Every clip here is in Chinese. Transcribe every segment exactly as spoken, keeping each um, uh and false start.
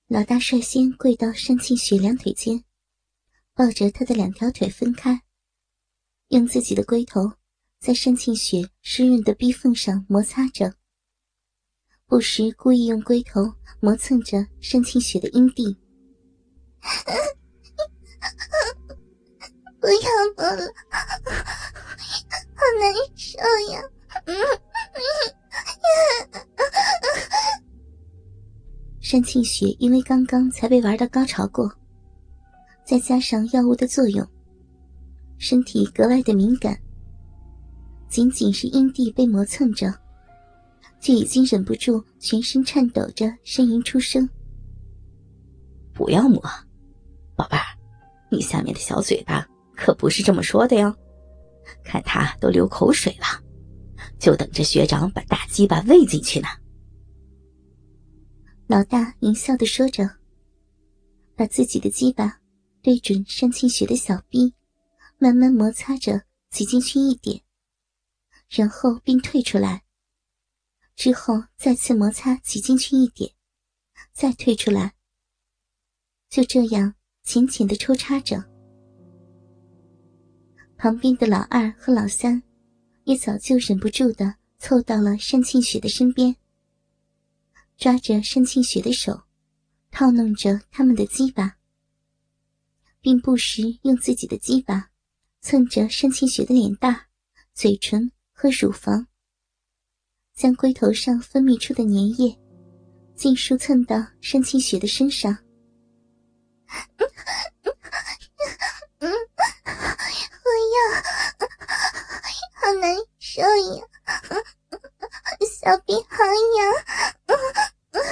老大率先跪到单庆雪两腿间，抱着她的两条腿分开，用自己的龟头在单庆雪湿润的逼缝上摩擦着，不时故意用龟头磨蹭着单庆雪的阴蒂。 不要摸了，好难受呀！ 单庆雪因为刚刚才被玩到高潮过，再加上药物的作用，身体格外的敏感，仅仅是阴蒂被磨蹭着，就已经忍不住全身颤抖着呻吟出声。 不要摸，宝贝儿，你下面的小嘴巴可不是这么说的哟，看他都流口水了，就等着学长把大鸡巴喂进去呢。 老大淫笑地说着，把自己的鸡巴对准单庆雪的小臂，慢慢摩擦着挤进去一点，然后并退出来，之后再次摩擦挤进去一点，再退出来，就这样浅浅地抽插着。旁边的老二和老三也早就忍不住地凑到了单庆雪的身边，抓着单庆雪的手，套弄着他们的鸡巴，并不时用自己的鸡巴蹭着单庆雪的脸蛋、嘴唇和乳房，将龟头上分泌出的粘液尽数蹭到单庆雪的身上。 嗯，我要，好难受呀，小臂好痒。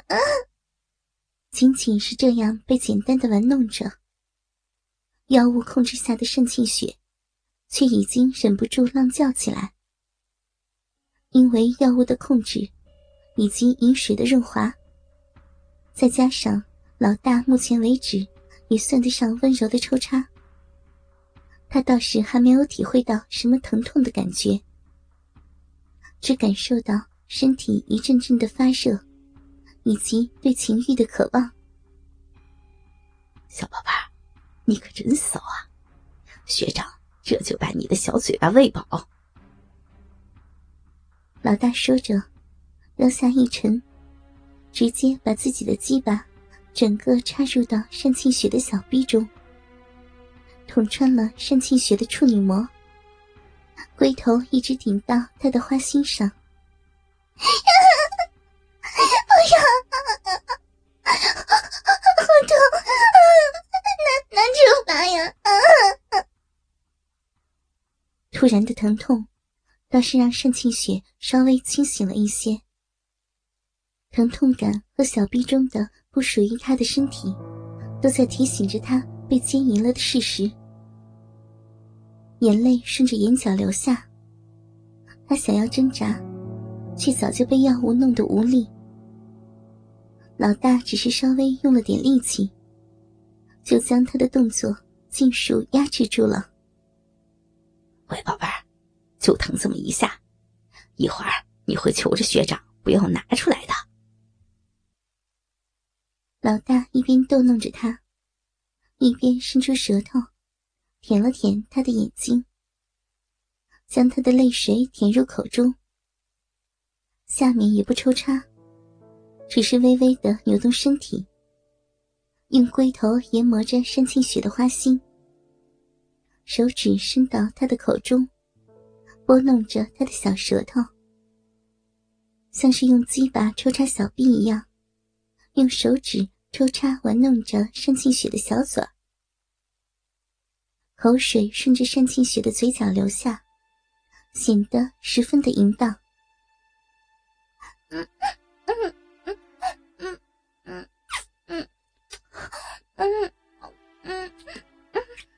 仅仅是这样被简单的玩弄着，药物控制下的单庆雪却已经忍不住浪叫起来。因为药物的控制以及饮水的润滑，再加上老大目前为止也算得上温柔的抽插，他倒是还没有体会到什么疼痛的感觉，只感受到身体一阵阵的发热，以及对情欲的渴望。 小宝贝儿，你可真骚啊，学长这就把你的小嘴巴喂饱。 老大说着，腰下一沉，直接把自己的鸡巴整个插入到单庆雪的小臂中，捅穿了单庆雪的处女膜，龟头一直顶到她的花心上。 不要，好痛，拿拿出来呀！ 突然的疼痛倒是让单庆雪稍微清醒了一些，疼痛感和小臂中的不属于她的身体都在提醒着她被奸淫了的事实。眼泪顺着眼角流下，她想要挣扎，却早就被药物弄得无力。老大只是稍微用了点力气，就将她的动作尽数压制住了。 喂，宝贝儿，就疼这么一下，一会儿你会求着学长不要拿出来的。 老大一边逗弄着她，一边伸出舌头舔了舔她的眼睛，将她的泪水舔入口中，下面也不抽插，只是微微地扭动身体，用龟头研磨着单庆雪的花心，手指伸到她的口中，拨弄着她的小舌头，像是用鸡巴抽插小臂一样，用手指抽插玩弄着单庆雪的小嘴儿。口水顺着单庆雪的嘴角流下，显得十分的淫荡。 嗯嗯嗯嗯嗯嗯嗯嗯嗯。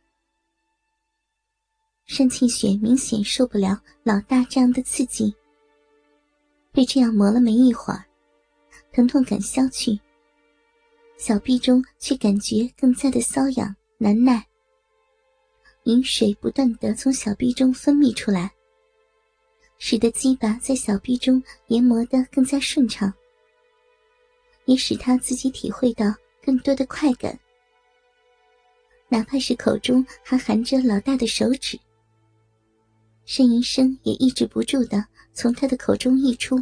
单庆雪明显受不了老大这样的刺激，被这样磨了没一会儿，疼痛感消去，小臂中却感觉更加的瘙痒难耐，饮水不断地从小臂中分泌出来，使得鸡巴在小臂中研磨得更加顺畅。 也使他自己体会到更多的快感，哪怕是口中还含着老大的手指，呻吟声也抑制不住地从他的口中溢出。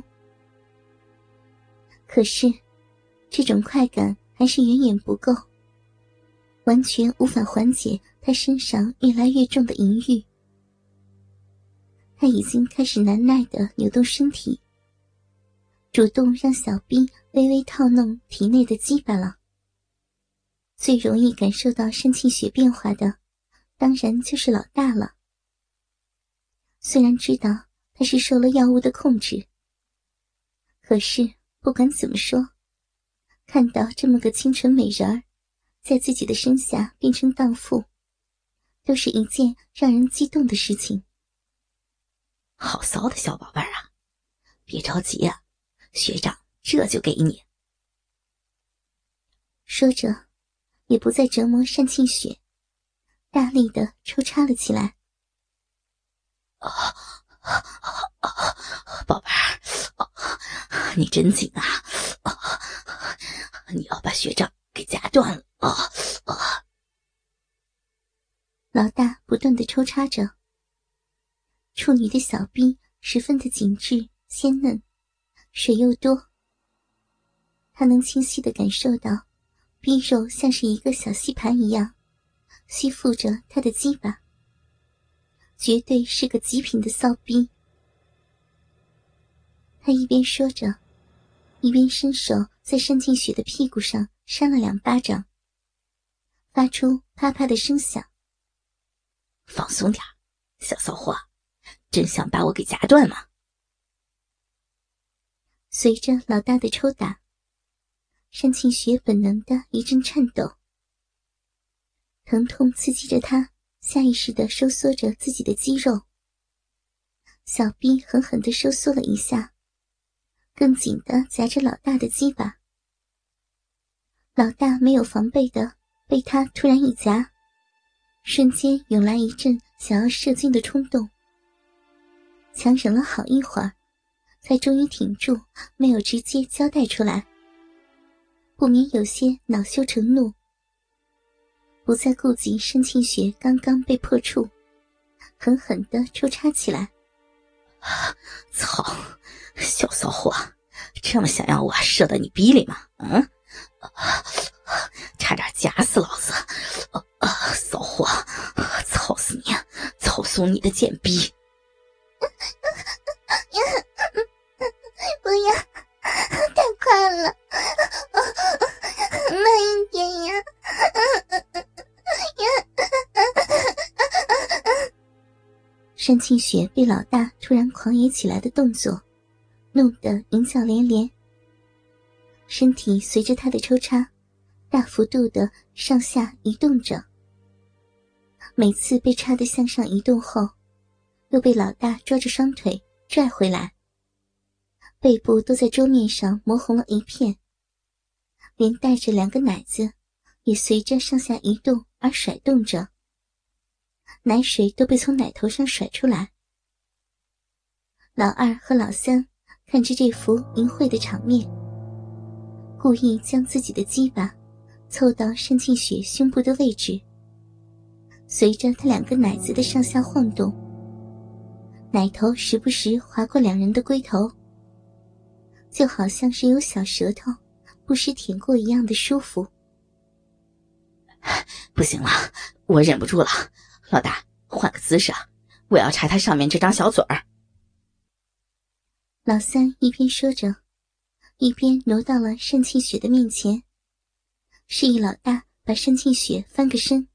可是这种快感还是远远不够，完全无法缓解他身上越来越重的淫欲。他已经开始难耐地扭动身体，主动让小臂微微套弄体内的鸡巴了。最容易感受到肾气血变化的，当然就是老大了。虽然知道他是受了药物的控制，可是不管怎么说，看到这么个清纯美人儿在自己的身下变成荡妇，都是一件让人激动的事情。 好骚的小宝贝儿啊，别着急啊，学长这就给你。 说着也不再折磨单庆雪，大力地抽插了起来。 啊啊啊！宝贝儿，啊，你真紧啊！啊，你要把学长给夹断了啊啊！ 老大不断地抽插着，处女的小臂十分的紧致鲜嫩，水又多。他能清晰地感受到逼肉像是一个小吸盘一样吸附着他的鸡巴，绝对是个极品的骚逼。他一边说着，一边伸手在单庆雪的屁股上扇了两巴掌，发出啪啪的声响。 放松点，小骚货，真想把我给夹断吗？ 随着老大的抽打，单庆雪本能的一阵颤抖，疼痛刺激着她下意识地收缩着自己的肌肉，小臂狠狠地收缩了一下，更紧地夹着老大的鸡巴。老大没有防备的被他突然一夹，瞬间涌来一阵想要射精的冲动，强忍了好一会儿，才终于挺住，没有直接交代出来，不免有些恼羞成怒，不再顾及单庆雪刚刚被破处，狠狠地抽插起来。 操，小骚货，这么想要我射到你逼里吗？嗯，差点夹死老子！啊啊，骚货，操死你，操松你的贱逼！ 不要，太快了，慢一点呀！ 单庆雪被老大突然狂野起来的动作弄得淫叫连连，身体随着他的抽插大幅度的上下移动着，每次被插得向上移动后，又被老大抓着双腿拽回来，背部都在桌面上磨红了一片，连带着两个奶子也随着上下移动而甩动着，奶水都被从奶头上甩出来。老二和老三看着这幅淫秽的场面，故意将自己的鸡巴凑到单庆雪胸部的位置，随着他两个奶子的上下晃动，奶头时不时划过两人的龟头，就好像是有小舌头不时舔过一样的舒服。 不行了，我忍不住了，老大，换个姿势啊，我要插他上面这张小嘴儿。 老三一边说着，一边挪到了单庆雪的面前，示意老大把单庆雪翻个身。